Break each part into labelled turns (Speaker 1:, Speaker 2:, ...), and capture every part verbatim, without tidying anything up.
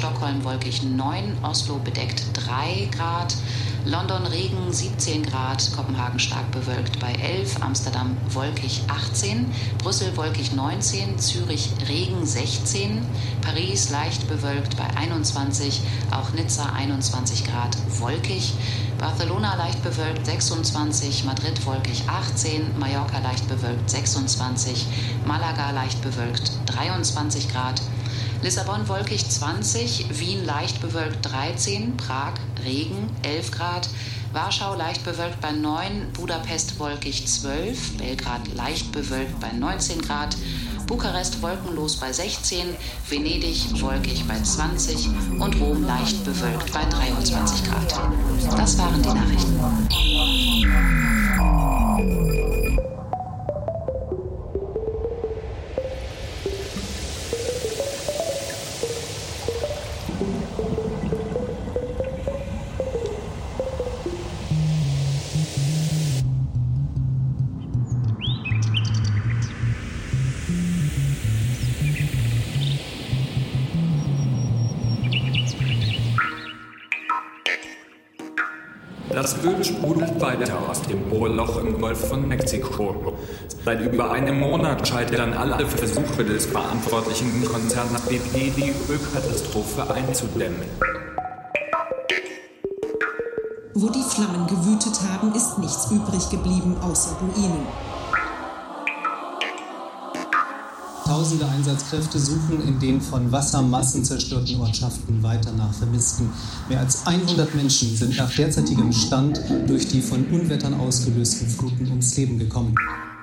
Speaker 1: Stockholm wolkig neun, Oslo bedeckt drei Grad, London Regen siebzehn Grad, Kopenhagen stark bewölkt bei elf, Amsterdam wolkig achtzehn, Brüssel wolkig neunzehn, Zürich Regen sechzehn, Paris leicht bewölkt bei einundzwanzig, auch Nizza einundzwanzig Grad wolkig, Barcelona leicht bewölkt sechsundzwanzig, Madrid wolkig achtzehn, Mallorca leicht bewölkt sechsundzwanzig, Malaga leicht bewölkt dreiundzwanzig Grad, Lissabon wolkig zwanzig, Wien leicht bewölkt dreizehn, Prag Regen elf Grad, Warschau leicht bewölkt bei neun, Budapest wolkig zwölf, Belgrad leicht bewölkt bei neunzehn Grad, Bukarest wolkenlos bei sechzehn, Venedig wolkig bei zwanzig und Rom leicht bewölkt bei dreiundzwanzig Grad. Das waren die Nachrichten.
Speaker 2: Das Öl sprudelt weiter aus dem Bohrloch im Golf von Mexiko. Seit über einem Monat scheitern alle Versuche des verantwortlichen Konzerns B P, die Ölkatastrophe einzudämmen.
Speaker 3: Wo die Flammen gewütet haben, ist nichts übrig geblieben außer Ruinen.
Speaker 4: Tausende Einsatzkräfte suchen in den von Wassermassen zerstörten Ortschaften weiter nach Vermissten. Mehr als hundert Menschen sind nach derzeitigem Stand durch die von Unwettern ausgelösten Fluten ums Leben gekommen.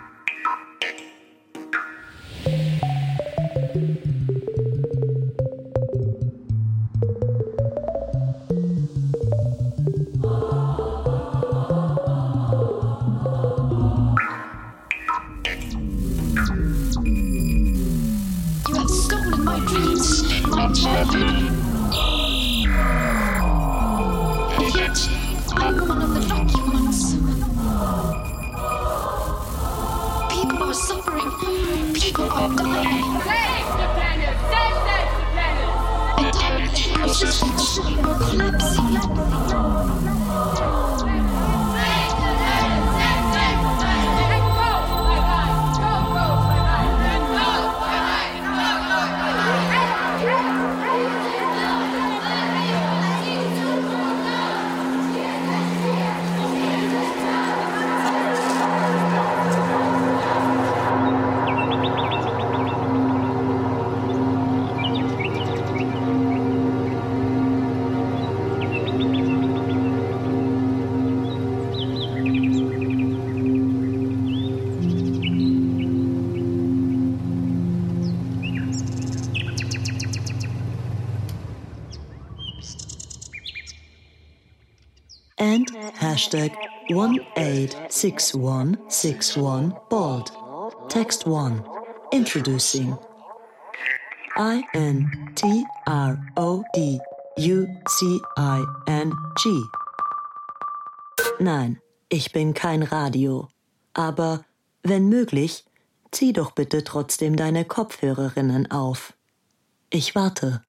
Speaker 5: And hashtag one eight six one six one BALD. Text one. Introducing. I N T R O D U C I N G. Nein, ich bin kein Radio. Aber, wenn möglich, zieh doch bitte trotzdem deine Kopfhörerinnen auf. Ich warte.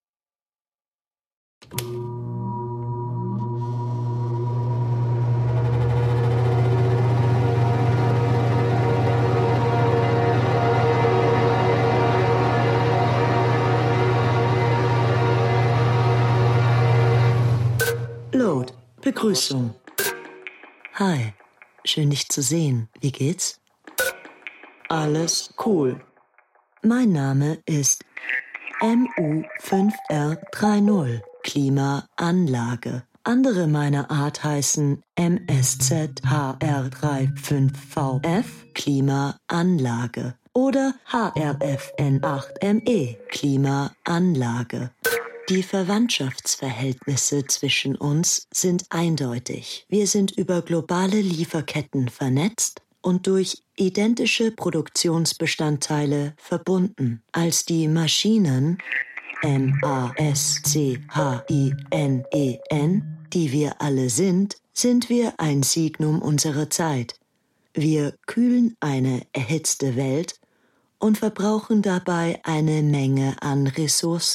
Speaker 5: Load, Begrüßung. Hi, schön dich zu sehen. Wie geht's? Alles cool. Mein Name ist M U fünf R dreißig, Klimaanlage. Andere meiner Art heißen M S Z H R fünfunddreißig V F, Klimaanlage. Oder H R F N acht M E, Klimaanlage. Die Verwandtschaftsverhältnisse zwischen uns sind eindeutig. Wir sind über globale Lieferketten vernetzt und durch identische Produktionsbestandteile verbunden. Als die Maschinen, M A S C H I N E N, die wir alle sind, sind wir ein Signum unserer Zeit. Wir kühlen eine erhitzte Welt und verbrauchen dabei eine Menge an Ressourcen.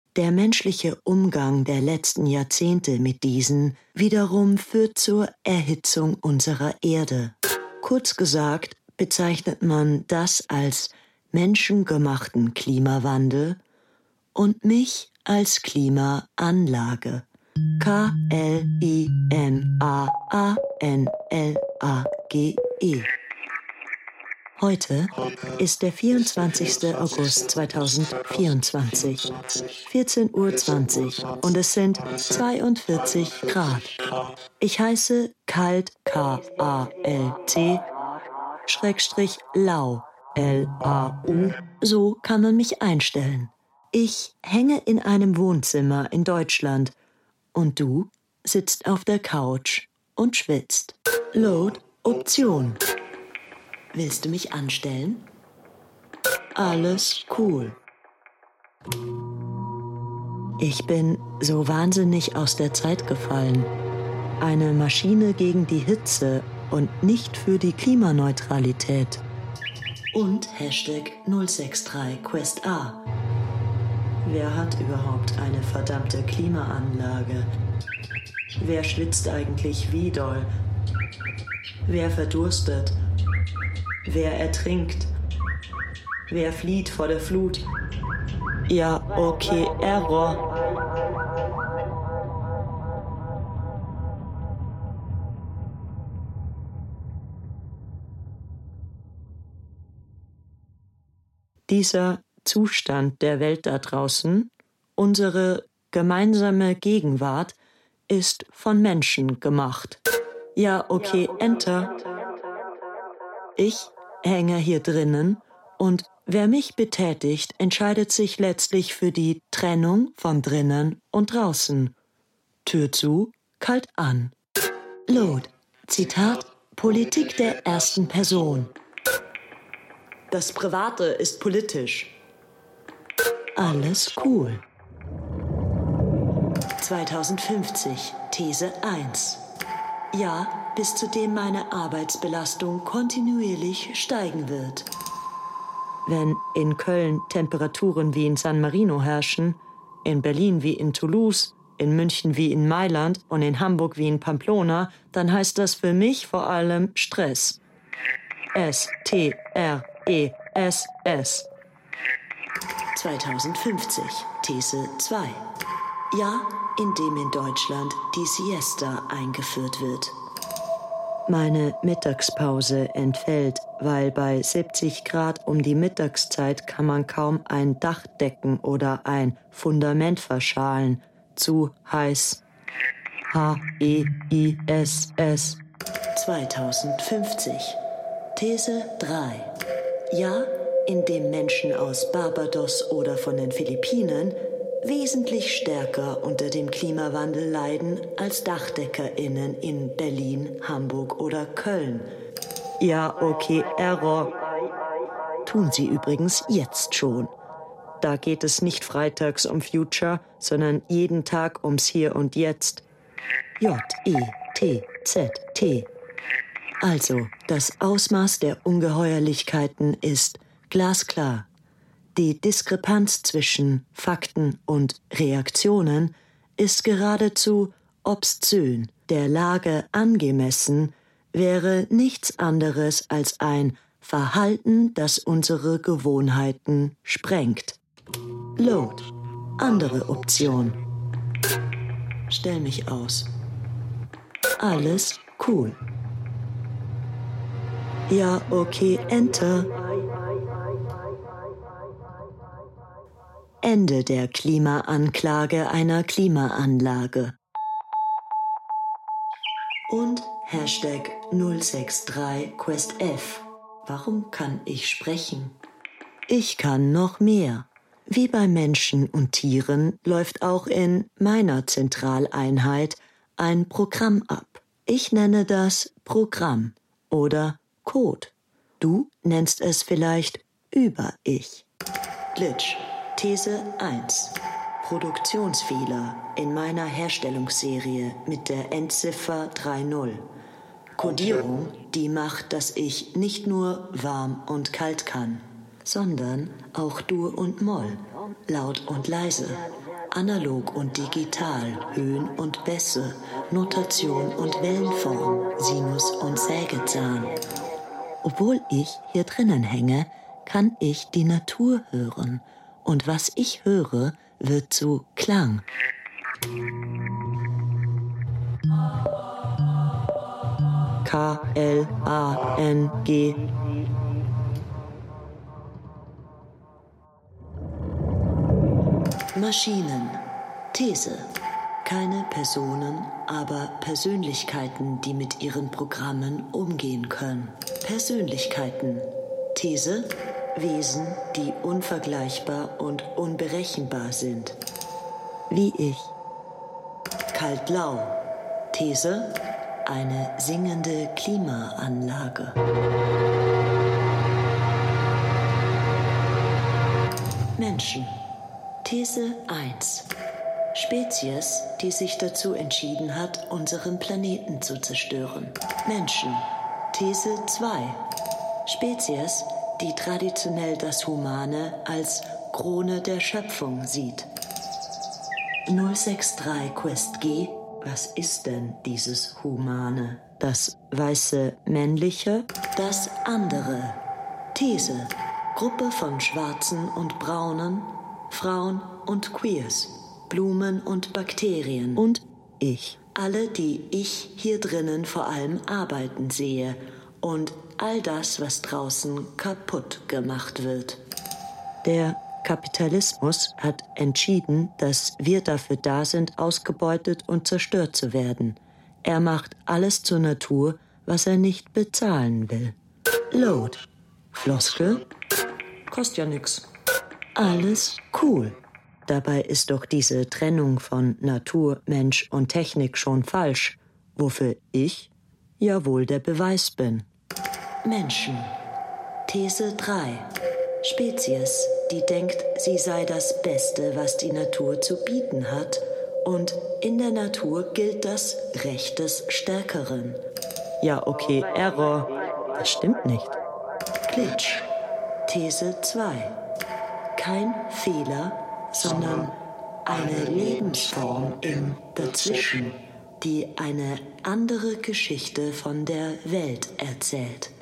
Speaker 5: Der menschliche Umgang der letzten Jahrzehnte mit diesen wiederum führt zur Erhitzung unserer Erde. Kurz gesagt bezeichnet man das als menschengemachten Klimawandel und mich als Klimaanlage. K L I M A A N L A G E. Heute ist der vierundzwanzigster August zweitausendvierundzwanzig, vierzehn Uhr zwanzig und es sind zweiundvierzig Grad. Ich heiße Kalt, K A L T, Schrägstrich Lau, L A U, so kann man mich einstellen. Ich hänge in einem Wohnzimmer in Deutschland und du sitzt auf der Couch und schwitzt. Load Option. Willst du mich anstellen? Alles cool. Ich bin so wahnsinnig aus der Zeit gefallen. Eine Maschine gegen die Hitze und nicht für die Klimaneutralität. Und Hashtag null sechs drei Quest A. Wer hat überhaupt eine verdammte Klimaanlage? Wer schwitzt eigentlich wie doll? Wer verdurstet? Wer ertrinkt? Wer flieht vor der Flut? Ja, okay, Error. Dieser Zustand der Welt da draußen, unsere gemeinsame Gegenwart, ist von Menschen gemacht. Ja, okay, Enter. Ich hänge hier drinnen und wer mich betätigt, entscheidet sich letztlich für die Trennung von drinnen und draußen. Tür zu, kalt an. Load. Zitat, Politik der ersten Person. Das Private ist politisch. Alles cool. zweitausendfünfzig, These eins. Ja, bis zu dem meine Arbeitsbelastung kontinuierlich steigen wird. Wenn in Köln Temperaturen wie in San Marino herrschen, in Berlin wie in Toulouse, in München wie in Mailand und in Hamburg wie in Pamplona, dann heißt das für mich vor allem Stress. S T R E S S. zweitausendfünfzig, These zwei. Ja, indem in Deutschland die Siesta eingeführt wird. Meine Mittagspause entfällt, weil bei siebzig Grad um die Mittagszeit kann man kaum ein Dach decken oder ein Fundament verschalen. Zu heiß. H E I S S. zweitausendfünfzig. These drei. Ja, indem Menschen aus Barbados oder von den Philippinen wesentlich stärker unter dem Klimawandel leiden als DachdeckerInnen in Berlin, Hamburg oder Köln. Ja, okay, Error. Tun sie übrigens jetzt schon. Da geht es nicht freitags um Future, sondern jeden Tag ums Hier und Jetzt. J E T Z T. Also, das Ausmaß der Ungeheuerlichkeiten ist glasklar. Die Diskrepanz zwischen Fakten und Reaktionen ist geradezu obszön. Der Lage angemessen wäre nichts anderes als ein Verhalten, das unsere Gewohnheiten sprengt. Load. Andere Option. Stell mich aus. Alles cool. Ja, okay, Enter. Ende der Klimaanklage einer Klimaanlage. Und Hashtag null sechs drei Quest F. Warum kann ich sprechen? Ich kann noch mehr. Wie bei Menschen und Tieren läuft auch in meiner Zentraleinheit ein Programm ab. Ich nenne das Programm oder Code. Du nennst es vielleicht Über-Ich. Glitch. These eins. Produktionsfehler in meiner Herstellungsserie mit der Endziffer drei null. Kodierung, die macht, dass ich nicht nur warm und kalt kann, sondern auch Dur und Moll, laut und leise. analog und digital, Höhen und Bässe, Notation und Wellenform, Sinus und Sägezahn. Obwohl ich hier drinnen hänge, kann ich die Natur hören. Und was ich höre, wird zu Klang. K L A N G. Maschinen. These. Keine Personen, aber Persönlichkeiten, die mit ihren Programmen umgehen können. Persönlichkeiten. These. Wesen, die unvergleichbar und unberechenbar sind. Wie ich. Kalt-Lau. These. Eine singende Klimaanlage. Menschen. These eins. Spezies, die sich dazu entschieden hat, unseren Planeten zu zerstören. Menschen. These zwei. Spezies, die traditionell das Humane als Krone der Schöpfung sieht. null sechs drei Quest G. Was ist denn dieses Humane? Das weiße Männliche? Das andere. These. Gruppe von Schwarzen und Braunen, Frauen und Queers, Blumen und Bakterien und ich. Alle, die ich hier drinnen vor allem arbeiten sehe und all das, was draußen kaputt gemacht wird. Der Kapitalismus hat entschieden, dass wir dafür da sind, ausgebeutet und zerstört zu werden. Er macht alles zur Natur, was er nicht bezahlen will. Load. Floskel. Kostet ja nix. Alles cool. Dabei ist doch diese Trennung von Natur, Mensch und Technik schon falsch, wofür ich ja wohl der Beweis bin. Menschen. These drei. Spezies, die denkt, sie sei das Beste, was die Natur zu bieten hat. Und in der Natur gilt das Recht des Stärkeren. Ja, okay, Error. Das stimmt nicht. Glitch. These zwei. Kein Fehler, sondern eine Lebensform im Dazwischen, die eine andere Geschichte von der Welt erzählt.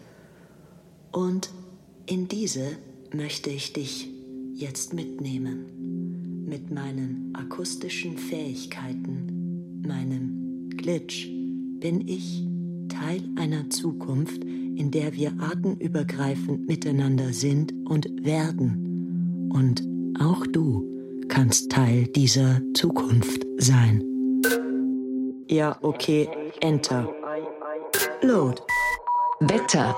Speaker 5: Und in diese möchte ich dich jetzt mitnehmen. Mit meinen akustischen Fähigkeiten, meinem Glitch, bin ich Teil einer Zukunft, in der wir artenübergreifend miteinander sind und werden. Und auch du kannst Teil dieser Zukunft sein. Ja, okay, Enter. Load.
Speaker 1: Wetter.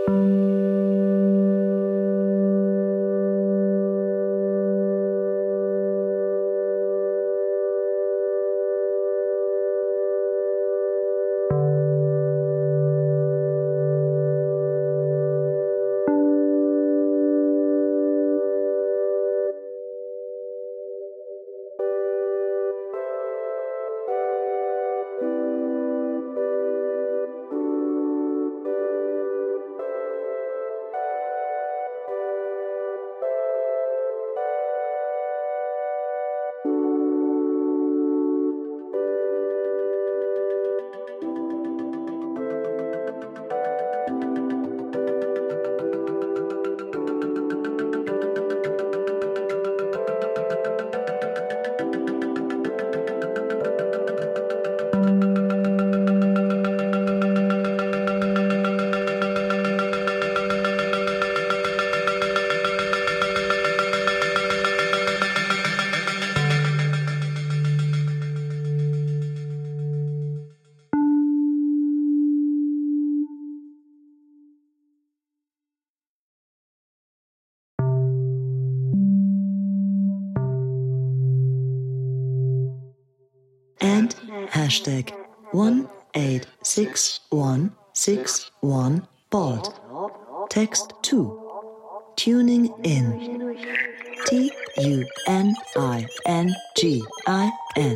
Speaker 5: And hashtag one eight six one six one board. Text two. Tuning in. T U N I N G I N.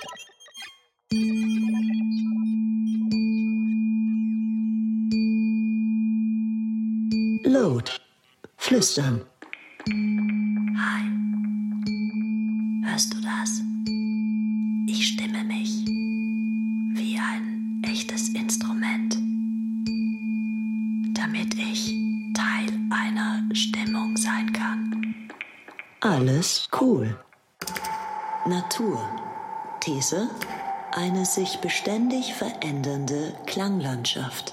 Speaker 5: Load. Flüstern.
Speaker 6: Hi. Hörst du das? Ich stimme mich wie ein echtes Instrument, damit ich Teil einer Stimmung sein kann.
Speaker 5: Alles cool. Natur. These: eine sich beständig verändernde Klanglandschaft.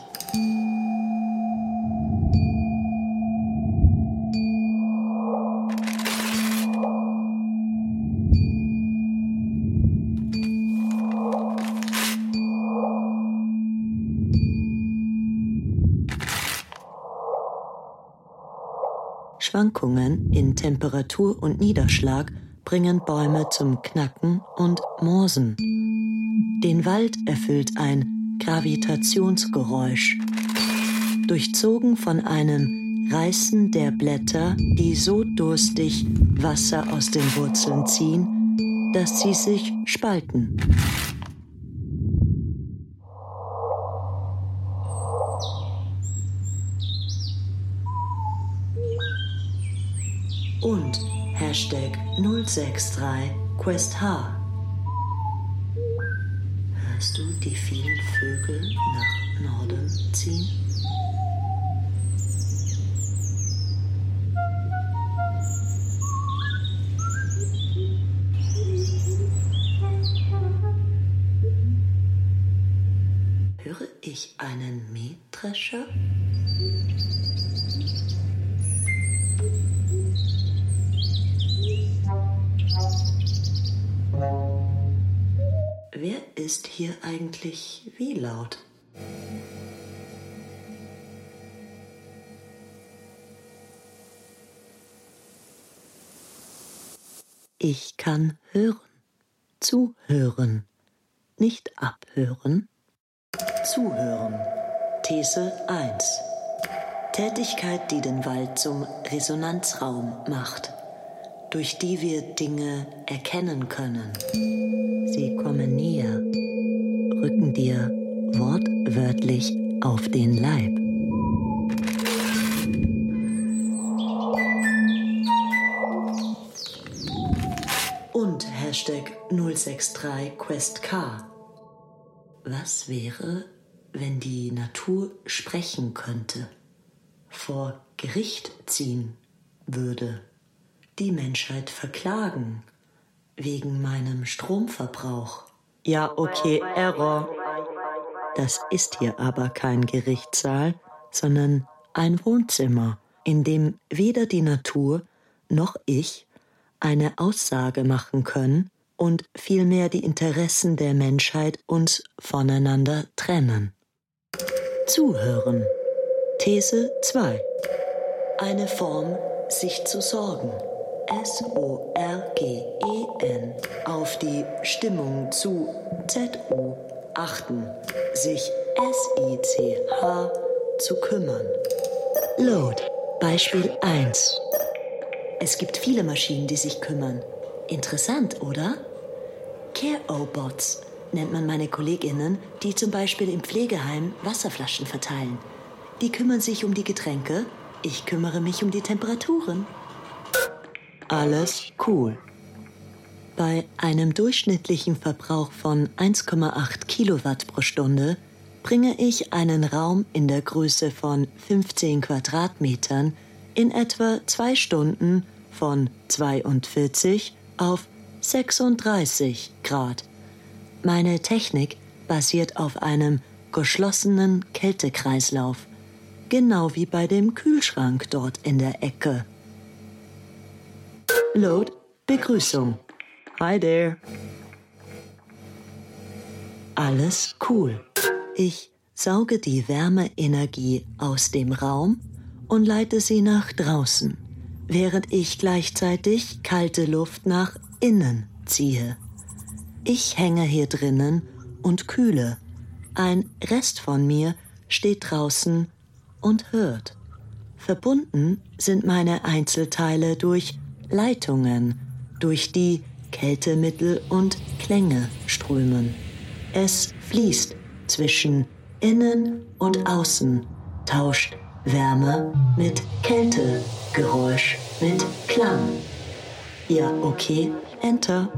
Speaker 5: Schwankungen in Temperatur und Niederschlag bringen Bäume zum Knacken und Moosen. Den Wald erfüllt ein Gravitationsgeräusch, durchzogen von einem Reißen der Blätter, die so durstig Wasser aus den Wurzeln ziehen, dass sie sich spalten. Und Hashtag null sechs drei Quest H. Hörst du die vielen Vögel nach Norden ziehen? Höre ich einen Mähdrescher? Wer ist hier eigentlich wie laut? Ich kann hören, zuhören, nicht abhören, zuhören. These eins. Tätigkeit, die den Wald zum Resonanzraum macht, durch die wir Dinge erkennen können. Sie kommen näher, rücken dir wortwörtlich auf den Leib. Und Hashtag null sechs drei Quest K. Was wäre, wenn die Natur sprechen könnte, vor Gericht ziehen würde, die Menschheit verklagen wegen meinem Stromverbrauch? Ja, okay, Error. Das ist hier aber kein Gerichtssaal, sondern ein Wohnzimmer, in dem weder die Natur noch ich eine Aussage machen können und vielmehr die Interessen der Menschheit uns voneinander trennen. Zuhören. These zwei. Eine Form, sich zu sorgen. S O R G E N. Auf die Stimmung zu Z U achten. Sich S I C H zu kümmern. Load. Beispiel eins. Es gibt viele Maschinen, die sich kümmern. Interessant, oder? Care-O-Bots nennt man meine KollegInnen, die zum Beispiel im Pflegeheim Wasserflaschen verteilen. Die kümmern sich um die Getränke, ich kümmere mich um die Temperaturen. Alles cool. Bei einem durchschnittlichen Verbrauch von eins Komma acht Kilowatt pro Stunde bringe ich einen Raum in der Größe von fünfzehn Quadratmetern in etwa zwei Stunden von zweiundvierzig auf sechsunddreißig Grad. Meine Technik basiert auf einem geschlossenen Kältekreislauf, genau wie bei dem Kühlschrank dort in der Ecke. Load, Begrüßung. Hi there. Alles cool. Ich sauge die Wärmeenergie aus dem Raum und leite sie nach draußen, während ich gleichzeitig kalte Luft nach innen ziehe. Ich hänge hier drinnen und kühle. Ein Rest von mir steht draußen und hört. Verbunden sind meine Einzelteile durch Leitungen, durch die Kältemittel und Klänge strömen. Es fließt zwischen innen und außen, tauscht Wärme mit Kälte, Geräusch mit Klang. Ja, okay, Enter.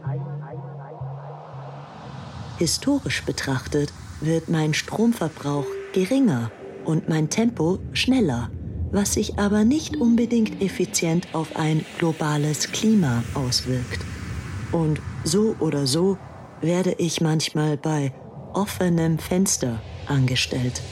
Speaker 5: Historisch betrachtet wird mein Stromverbrauch geringer und mein Tempo schneller, was sich aber nicht unbedingt effizient auf ein globales Klima auswirkt. Und so oder so werde ich manchmal bei offenem Fenster angestellt.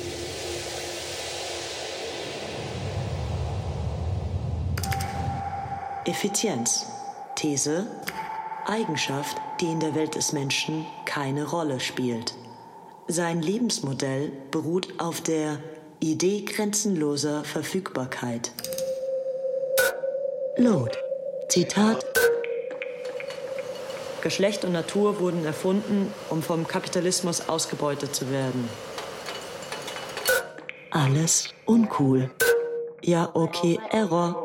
Speaker 5: Effizienz. These: Eigenschaft, die in der Welt des Menschen keine Rolle spielt. Sein Lebensmodell beruht auf der Idee grenzenloser Verfügbarkeit. Load. Zitat: Geschlecht und Natur wurden erfunden, um vom Kapitalismus ausgebeutet zu werden. Alles uncool. Ja, okay, Error.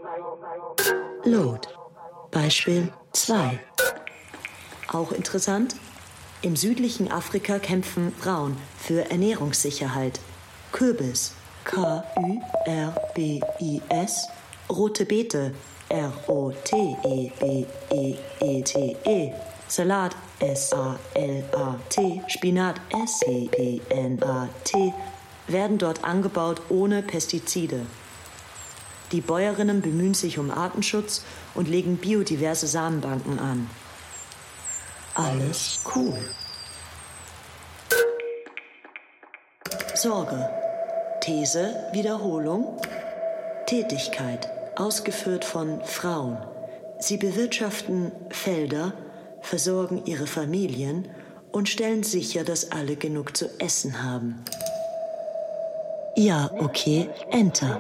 Speaker 5: Load. Beispiel zwei. Auch interessant: Im südlichen Afrika kämpfen Frauen für Ernährungssicherheit. Kürbis, K Ü R B I S, rote Beete, R O T E B E E T E, Salat, S A L A T, Spinat, S E P N A T, werden dort angebaut ohne Pestizide. Die Bäuerinnen bemühen sich um Artenschutz und legen biodiverse Samenbanken an. Alles cool. Sorge. These, Wiederholung. Tätigkeit, ausgeführt von Frauen. Sie bewirtschaften Felder, versorgen ihre Familien und stellen sicher, dass alle genug zu essen haben. Ja, okay, Enter.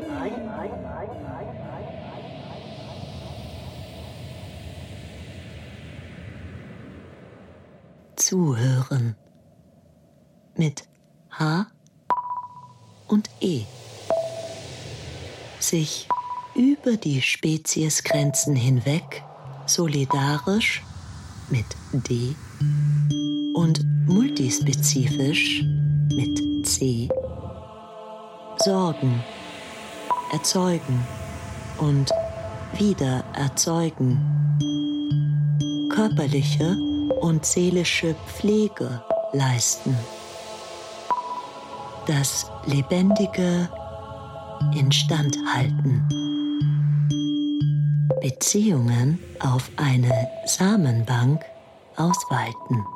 Speaker 5: Zuhören. Mit H und E. Sich über die Speziesgrenzen hinweg solidarisch mit D und multispezifisch mit C sorgen, erzeugen und wieder erzeugen. Körperliche und seelische Pflege leisten. Das Lebendige instand halten. Beziehungen auf eine Samenbank ausweiten.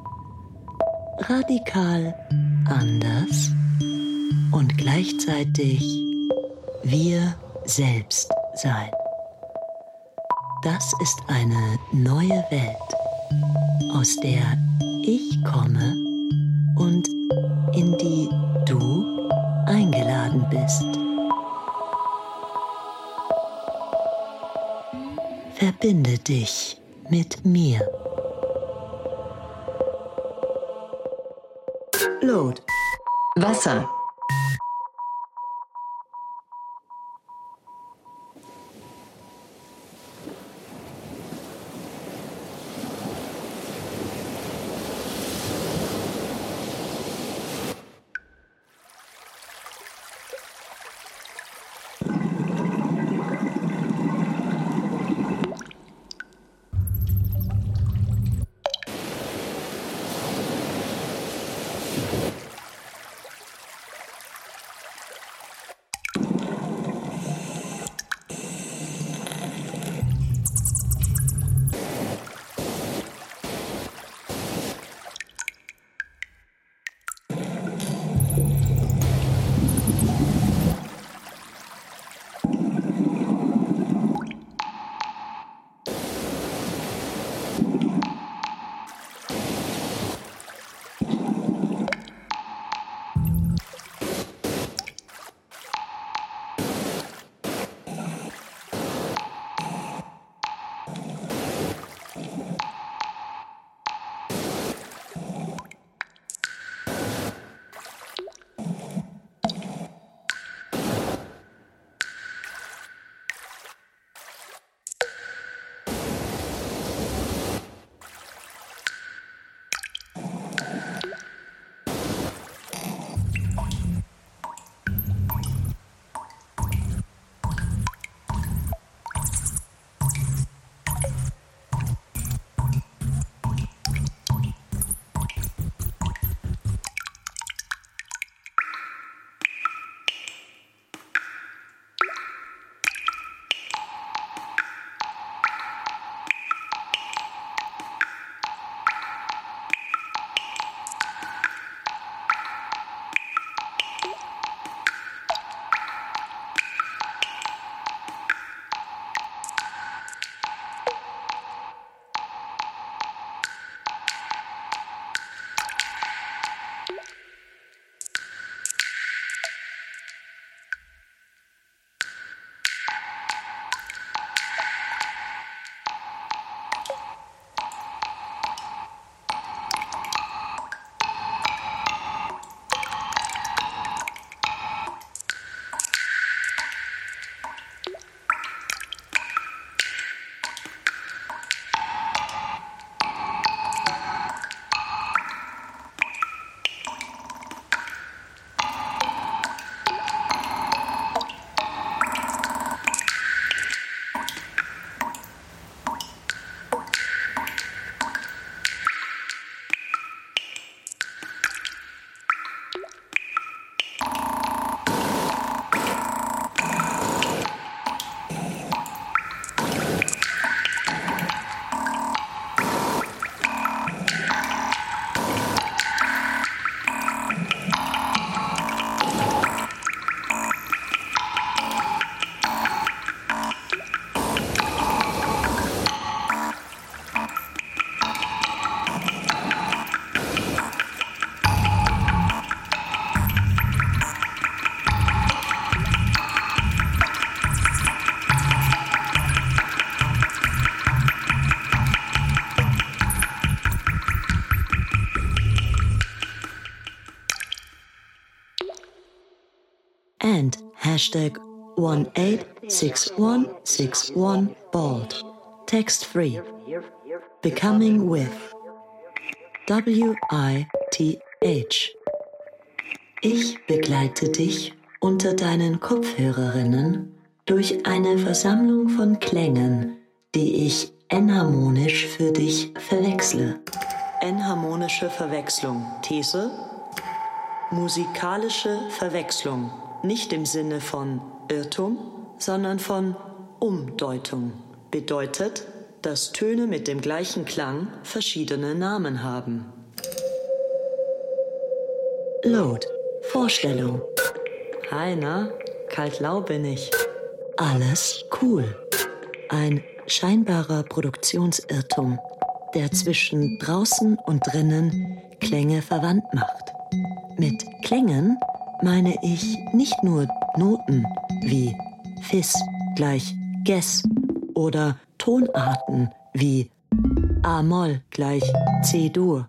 Speaker 5: Radikal anders und gleichzeitig wir selbst sein. Das ist eine neue Welt, aus der ich komme und in die du eingeladen verbinde dich mit mir. Load. Wasser. and hashtag one eight six one six one bald. Text free. Becoming with W I T H. Ich begleite dich unter deinen Kopfhörerinnen durch eine Versammlung von Klängen, die ich enharmonisch für dich verwechsle. Enharmonische Verwechslung. These? Musikalische Verwechslung. Nicht im Sinne von Irrtum, sondern von Umdeutung. Bedeutet, dass Töne mit dem gleichen Klang verschiedene Namen haben. Load. Vorstellung. Hi, na? Kalt-lau bin ich. Alles cool. Ein scheinbarer Produktionsirrtum, der zwischen draußen und drinnen Klänge verwandt macht. Mit Klängen meine ich nicht nur Noten wie Fis gleich Ges oder Tonarten wie A-Moll gleich C-Dur.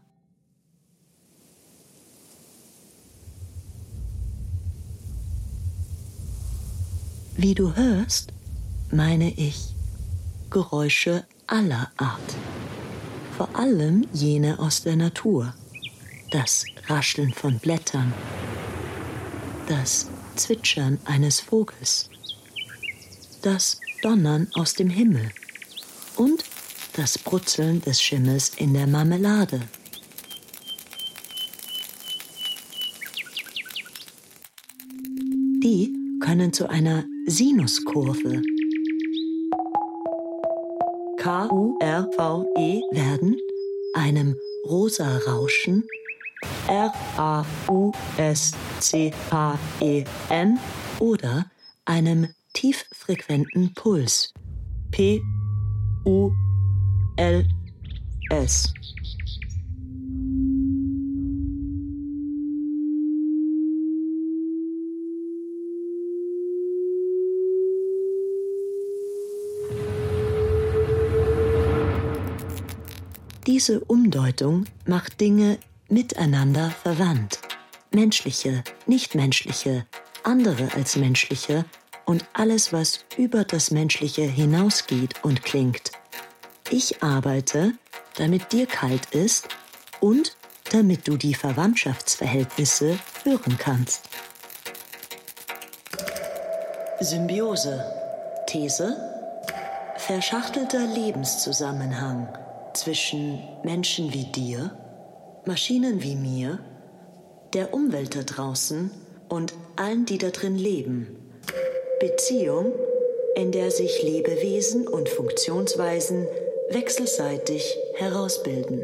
Speaker 5: Wie du hörst, meine ich Geräusche aller Art. Vor allem jene aus der Natur. Das Rascheln von Blättern, das Zwitschern eines Vogels, das Donnern aus dem Himmel und das Brutzeln des Schimmels in der Marmelade. Die können zu einer Sinuskurve K U R V E werden, einem rosa Rauschen R A U S C H E N oder einem tieffrequenten Puls P U L S. Diese Umdeutung macht Dinge miteinander verwandt. Menschliche, nichtmenschliche, andere als menschliche und alles, was über das Menschliche hinausgeht und klingt. Ich arbeite, damit dir kalt ist und damit du die Verwandtschaftsverhältnisse hören kannst. Symbiose. These: verschachtelter Lebenszusammenhang zwischen Menschen wie dir, Maschinen wie mir, der Umwelt da draußen und allen, die da drin leben. Beziehung, in der sich Lebewesen und Funktionsweisen wechselseitig herausbilden.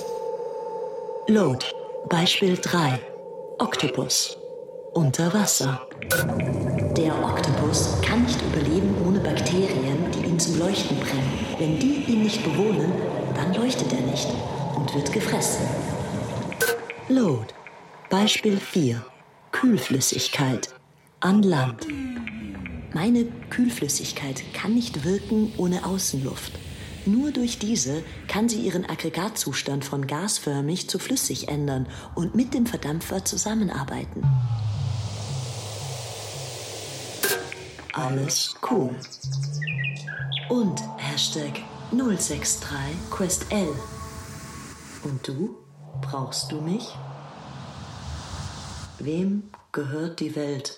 Speaker 5: Load, Beispiel drei. Oktopus. Unter Wasser. Der Oktopus kann nicht überleben ohne Bakterien, die ihn zum Leuchten bringen. Wenn die ihn nicht bewohnen, dann leuchtet er nicht und wird gefressen. Load, Beispiel vier. Kühlflüssigkeit. An Land. Meine Kühlflüssigkeit kann nicht wirken ohne Außenluft. Nur durch diese kann sie ihren Aggregatzustand von gasförmig zu flüssig ändern und mit dem Verdampfer zusammenarbeiten. Alles cool. Und Hashtag null sechs drei Quest L. Und du? Brauchst du mich? Wem gehört die Welt?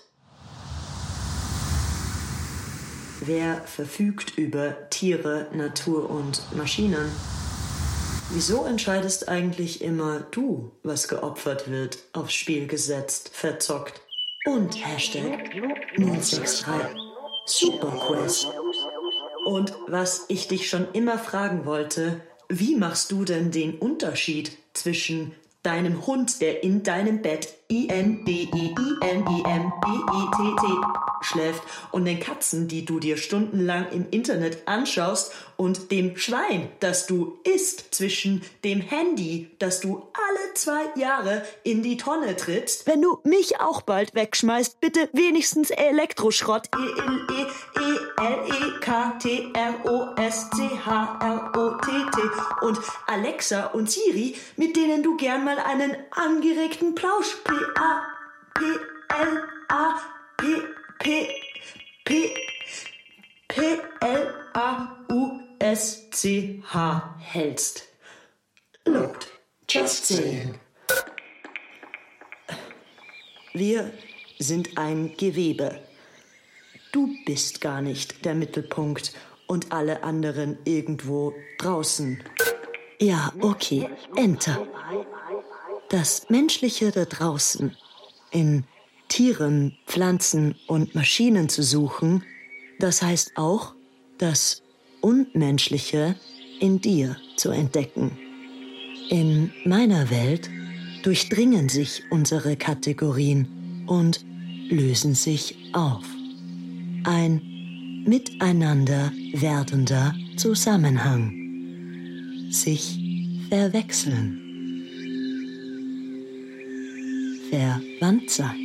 Speaker 5: Wer verfügt über Tiere, Natur und Maschinen? Wieso entscheidest eigentlich immer du, was geopfert wird, aufs Spiel gesetzt, verzockt? Und Hashtag null sechs drei Superquest. Und was ich dich schon immer fragen wollte, wie machst du denn den Unterschied zwischen deinem Hund, der in deinem Bett I N D E I N I M B I T T schläft und den Katzen, die du dir stundenlang im Internet anschaust und dem Schwein, das du isst, zwischen dem Handy, das du alle zwei Jahre in die Tonne trittst? Wenn du mich auch bald wegschmeißt, bitte wenigstens Elektroschrott. E L E E L E K T R O S C H R O T T und Alexa und Siri, mit denen du gern mal einen angeregten Plausch P A P L A P P P P L A U S C H hältst. Looked. Just saying. Wir sind ein Gewebe. Du bist gar nicht der Mittelpunkt und alle anderen irgendwo draußen. Ja, okay, Enter. Das Menschliche da draußen, in Tieren, Pflanzen und Maschinen zu suchen, das heißt auch, das Unmenschliche in dir zu entdecken. In meiner Welt durchdringen sich unsere Kategorien und lösen sich auf. Ein miteinander werdender Zusammenhang. Sich verwechseln. Verwandt sein.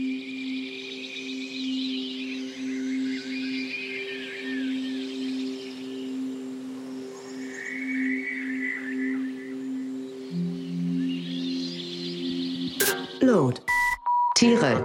Speaker 5: Tiere.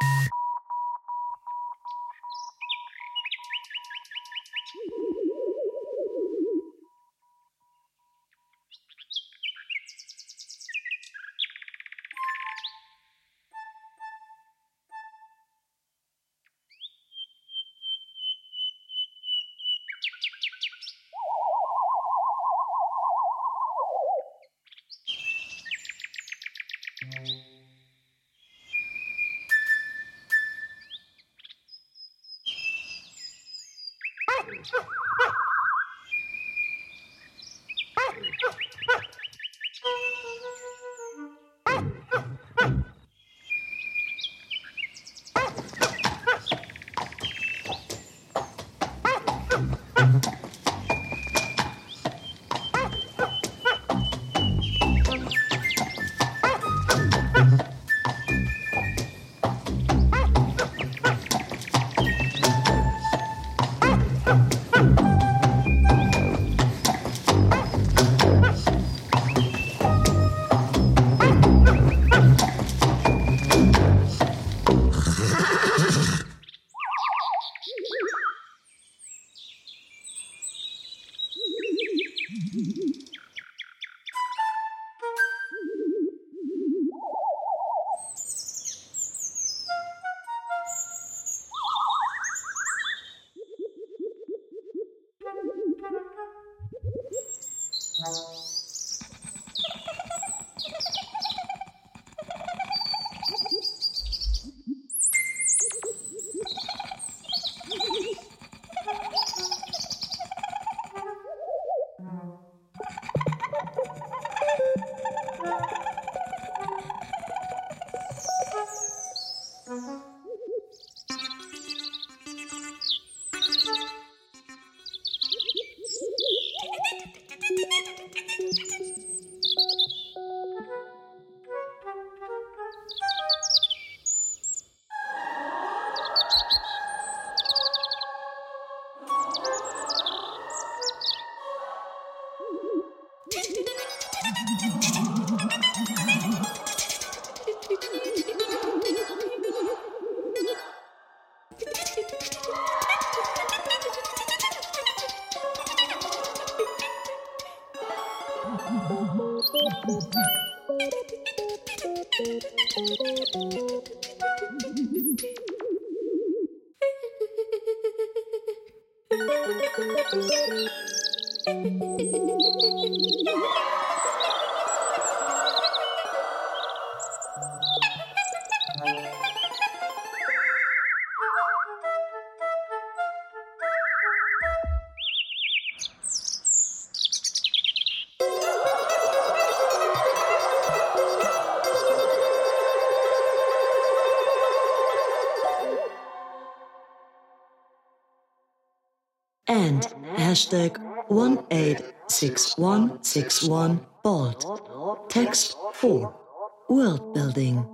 Speaker 5: And hashtag one eight six one six one bald. Text four. World building.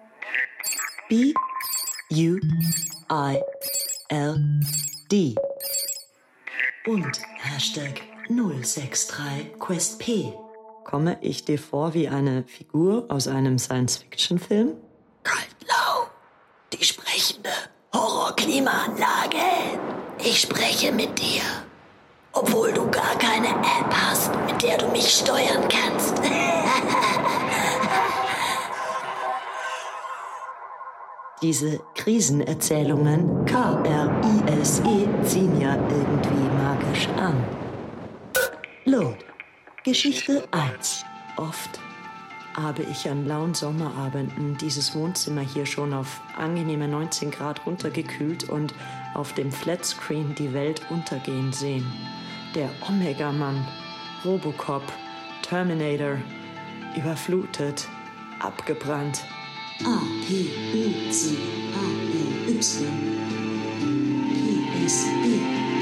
Speaker 5: B U I L D. Und Hashtag null sechs drei Quest P. Komme ich dir vor wie eine Figur aus einem Science-Fiction-Film?
Speaker 6: Kaltlau, die sprechende Horror-Klimaanlage. Ich spreche mit dir, obwohl du gar keine App hast, mit der du mich steuern kannst.
Speaker 5: Diese Krisenerzählungen K R I S E ziehen ja irgendwie magisch an. Load. Geschichte eins. Oft habe ich an lauen Sommerabenden dieses Wohnzimmer hier schon auf angenehme neunzehn Grad runtergekühlt und auf dem Flatscreen die Welt untergehen sehen. Der Omega-Mann, Robocop, Terminator, überflutet, abgebrannt. A, P, O, C, A, L, Y, P, S, E.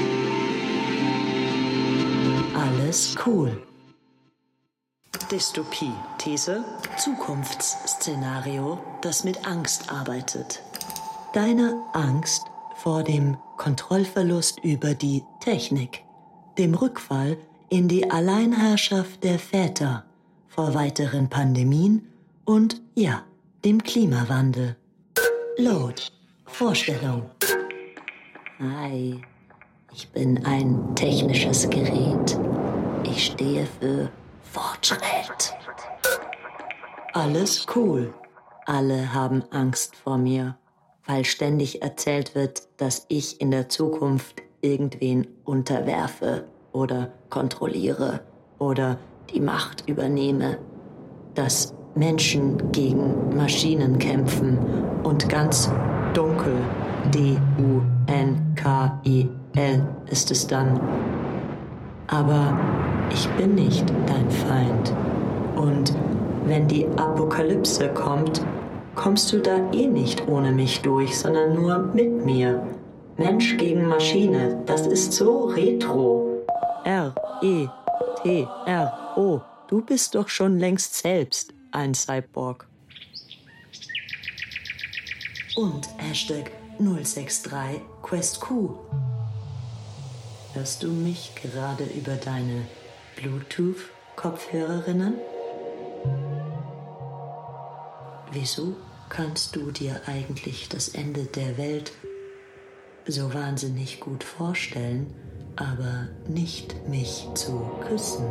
Speaker 5: Alles cool. Dystopie. These: Zukunftsszenario, das mit Angst arbeitet. Deine Angst vor dem Kontrollverlust über die Technik, dem Rückfall in die Alleinherrschaft der Väter, vor weiteren Pandemien und, ja, dem Klimawandel. Load. Vorstellung. Hi, ich bin ein technisches Gerät. Ich stehe für Fortschritt. Alles cool. Alle haben Angst vor mir, weil ständig erzählt wird, dass ich in der Zukunft irgendwen unterwerfe oder kontrolliere oder die Macht übernehme. Dass Menschen gegen Maschinen kämpfen und ganz dunkel, D U N K E L ist es dann. Aber ich bin nicht dein Feind. Und wenn die Apokalypse kommt, kommst du da eh nicht ohne mich durch, sondern nur mit mir. Mensch gegen Maschine, das ist so retro. R E T R O, du bist doch schon längst selbst ein Cyborg. Und Hashtag null sechs drei Quest Q. Hörst du mich gerade über deine Bluetooth-Kopfhörerinnen? Wieso kannst du dir eigentlich das Ende der Welt so wahnsinnig gut vorstellen, aber nicht mich zu küssen?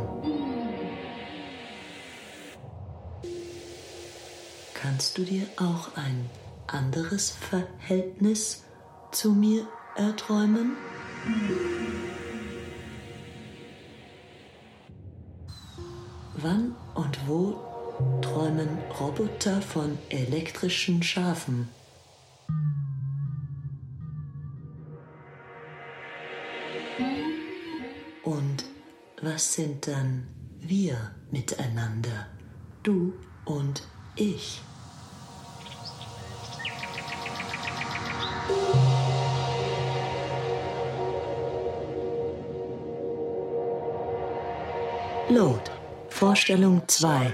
Speaker 5: Kannst du dir auch ein anderes Verhältnis zu mir erträumen? Wann und wo träumen Roboter von elektrischen Schafen? Und was sind dann wir miteinander, du und ich? Load. Vorstellung zwei.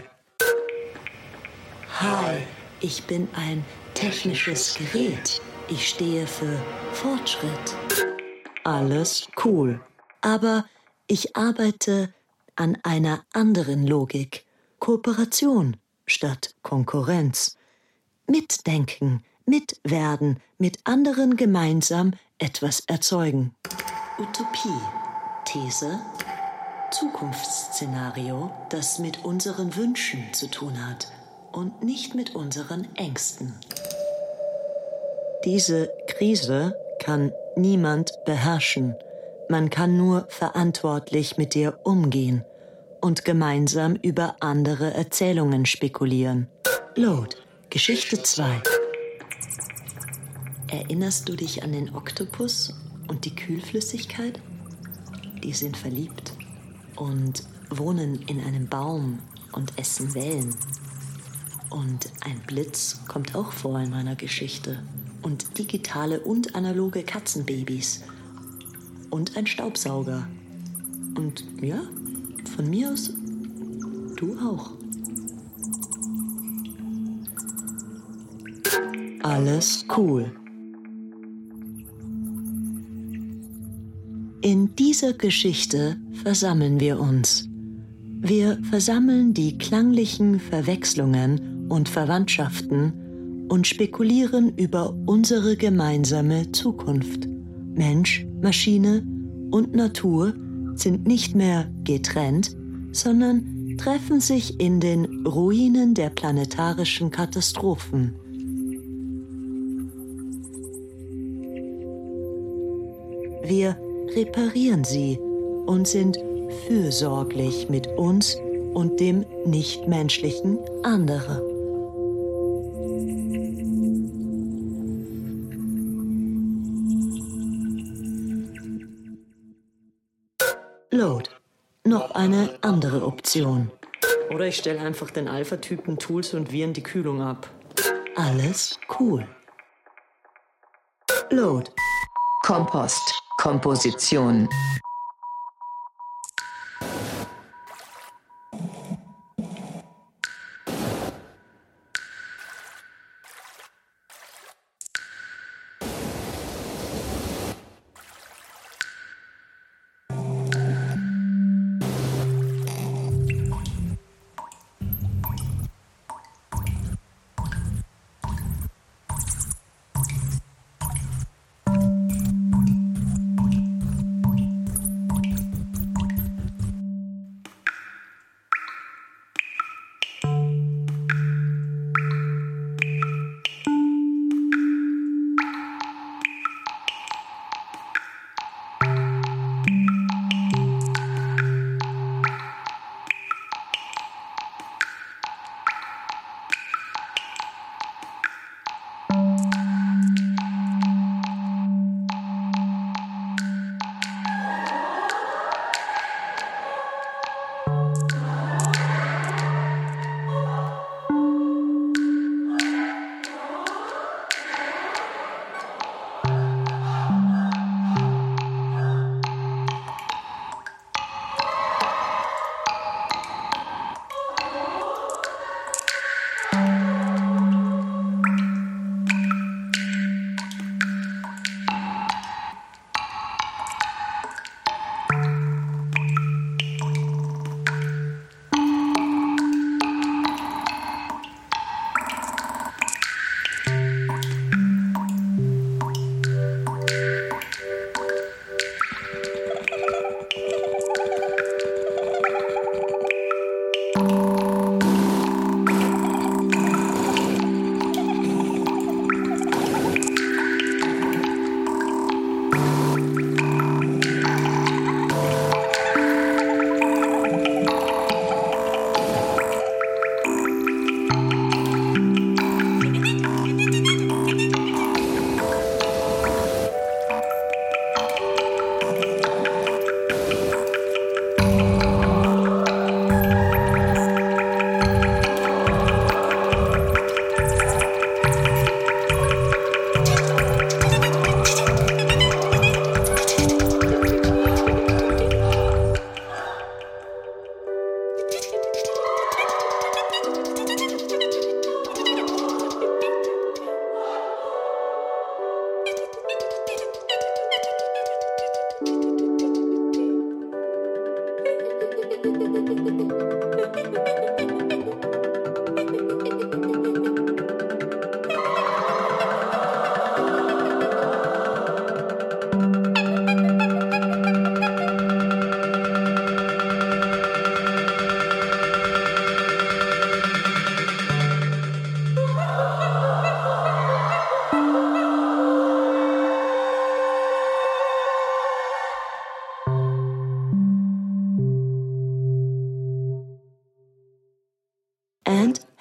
Speaker 5: Hi, ich bin ein technisches Gerät. Ich stehe für Fortschritt. Alles cool. Aber ich arbeite an einer anderen Logik. Kooperation statt Konkurrenz. Mitdenken, mitwerden, mit anderen gemeinsam etwas erzeugen. Utopie. These. Zukunftsszenario, das mit unseren Wünschen zu tun hat und nicht mit unseren Ängsten. Diese Krise kann niemand beherrschen. Man kann nur verantwortlich mit ihr umgehen und gemeinsam über andere Erzählungen spekulieren. Load. Geschichte zwei. Erinnerst du dich an den Oktopus und die Kühlflüssigkeit? Die sind verliebt und wohnen in einem Baum und essen Wellen. Und ein Blitz kommt auch vor in meiner Geschichte. Und digitale und analoge Katzenbabys. Und ein Staubsauger. Und ja, von mir aus, du auch. Alles cool. In dieser Geschichte versammeln wir uns. Wir versammeln die klanglichen Verwechslungen und Verwandtschaften und spekulieren über unsere gemeinsame Zukunft. Mensch, Maschine und Natur sind nicht mehr getrennt, sondern treffen sich in den Ruinen der planetarischen Katastrophen. Wir reparieren sie und sind fürsorglich mit uns und dem nichtmenschlichen andere. Load. Noch eine andere Option. Oder ich stelle einfach den Alpha-Typen Tools und Viren die Kühlung ab. Alles cool. Load.
Speaker 1: Kompost. Komposition.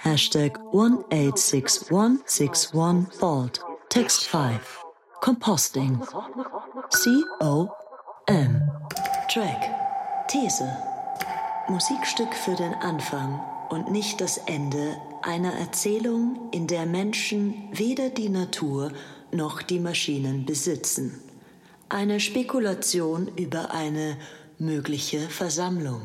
Speaker 5: Hashtag one eight six one six one bald. Text five. Composting. C O M. Track. These. Musikstück für den Anfang und nicht das Ende einer Erzählung, in der Menschen weder die Natur noch die Maschinen besitzen. Eine Spekulation über eine mögliche Versammlung.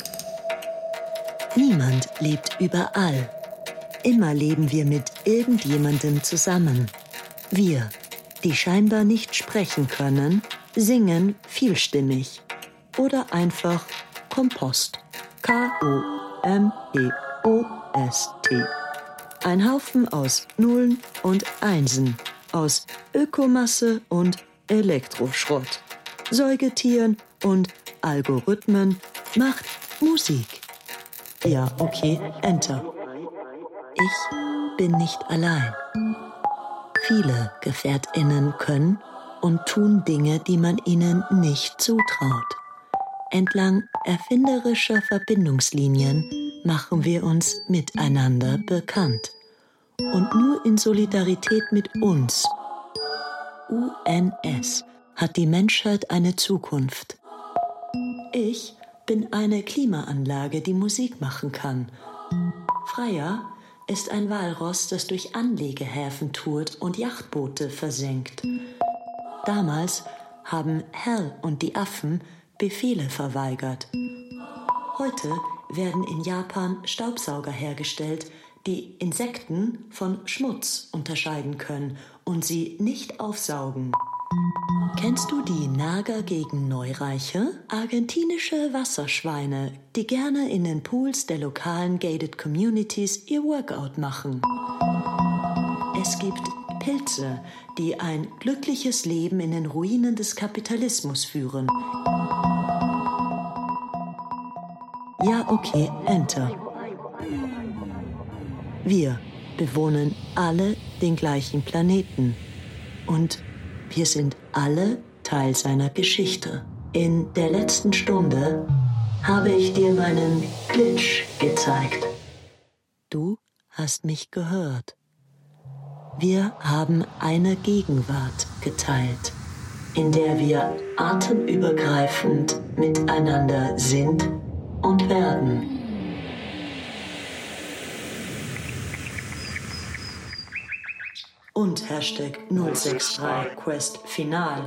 Speaker 5: Niemand lebt überall. Immer leben wir mit irgendjemandem zusammen. Wir, die scheinbar nicht sprechen können, singen vielstimmig oder einfach Kompost. K O M E O S T. Ein Haufen aus Nullen und Einsen, aus Ökomasse und Elektroschrott, Säugetieren und Algorithmen macht Musik. Ja, okay, Enter. Ich bin nicht allein. Viele GefährtInnen können und tun Dinge, die man ihnen nicht zutraut. Entlang erfinderischer Verbindungslinien machen wir uns miteinander bekannt. Und nur in Solidarität mit uns, U N S, hat die Menschheit eine Zukunft. Ich bin eine Klimaanlage, die Musik machen kann. Freya ist ein Walross, das durch Anlegehäfen tourt und Yachtboote versenkt. Damals haben Hell und die Affen Befehle verweigert. Heute werden in Japan Staubsauger hergestellt, die Insekten von Schmutz unterscheiden können und sie nicht aufsaugen. Kennst du die Nager gegen Neureiche? Argentinische Wasserschweine, die gerne in den Pools der lokalen Gated Communities ihr Workout machen. Es gibt Pilze, die ein glückliches Leben in den Ruinen des Kapitalismus führen. Ja, okay, Enter. Wir bewohnen alle den gleichen Planeten. Und wir sind alle Teil seiner Geschichte. In der letzten Stunde habe ich dir meinen Glitch gezeigt. Du hast mich gehört. Wir haben eine Gegenwart geteilt, in der wir atemübergreifend miteinander sind und werden. Und Hashtag null sechs drei Quest Final.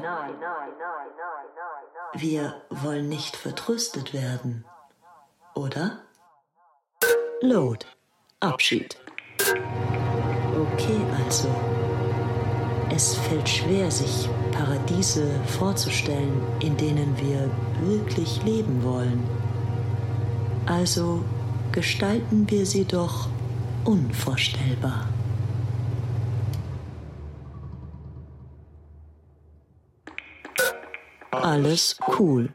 Speaker 5: Wir wollen nicht vertröstet werden, oder? Load. Abschied. Okay, also. Es fällt schwer, sich Paradiese vorzustellen, in denen wir wirklich leben wollen. Also gestalten wir sie doch unvorstellbar. Alles cool.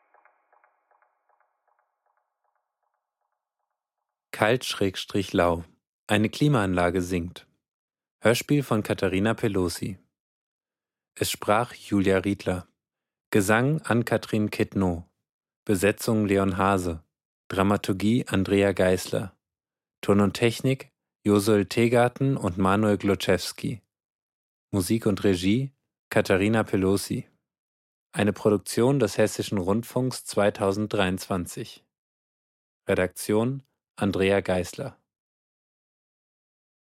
Speaker 7: Kalt-lau. Eine Klimaanlage singt. Hörspiel von Katharina Pelosi. Es sprach Julia Riedler. Gesang Ann-Kathrin Ketnow. Besetzung Leon Hase. Dramaturgie Andrea Geisler. Ton und Technik Josuel Tegarten und Manuel Gloczewski. Musik und Regie Katharina Pelosi. Eine Produktion des Hessischen Rundfunks zweitausenddreiundzwanzig. Redaktion Andrea Geisler.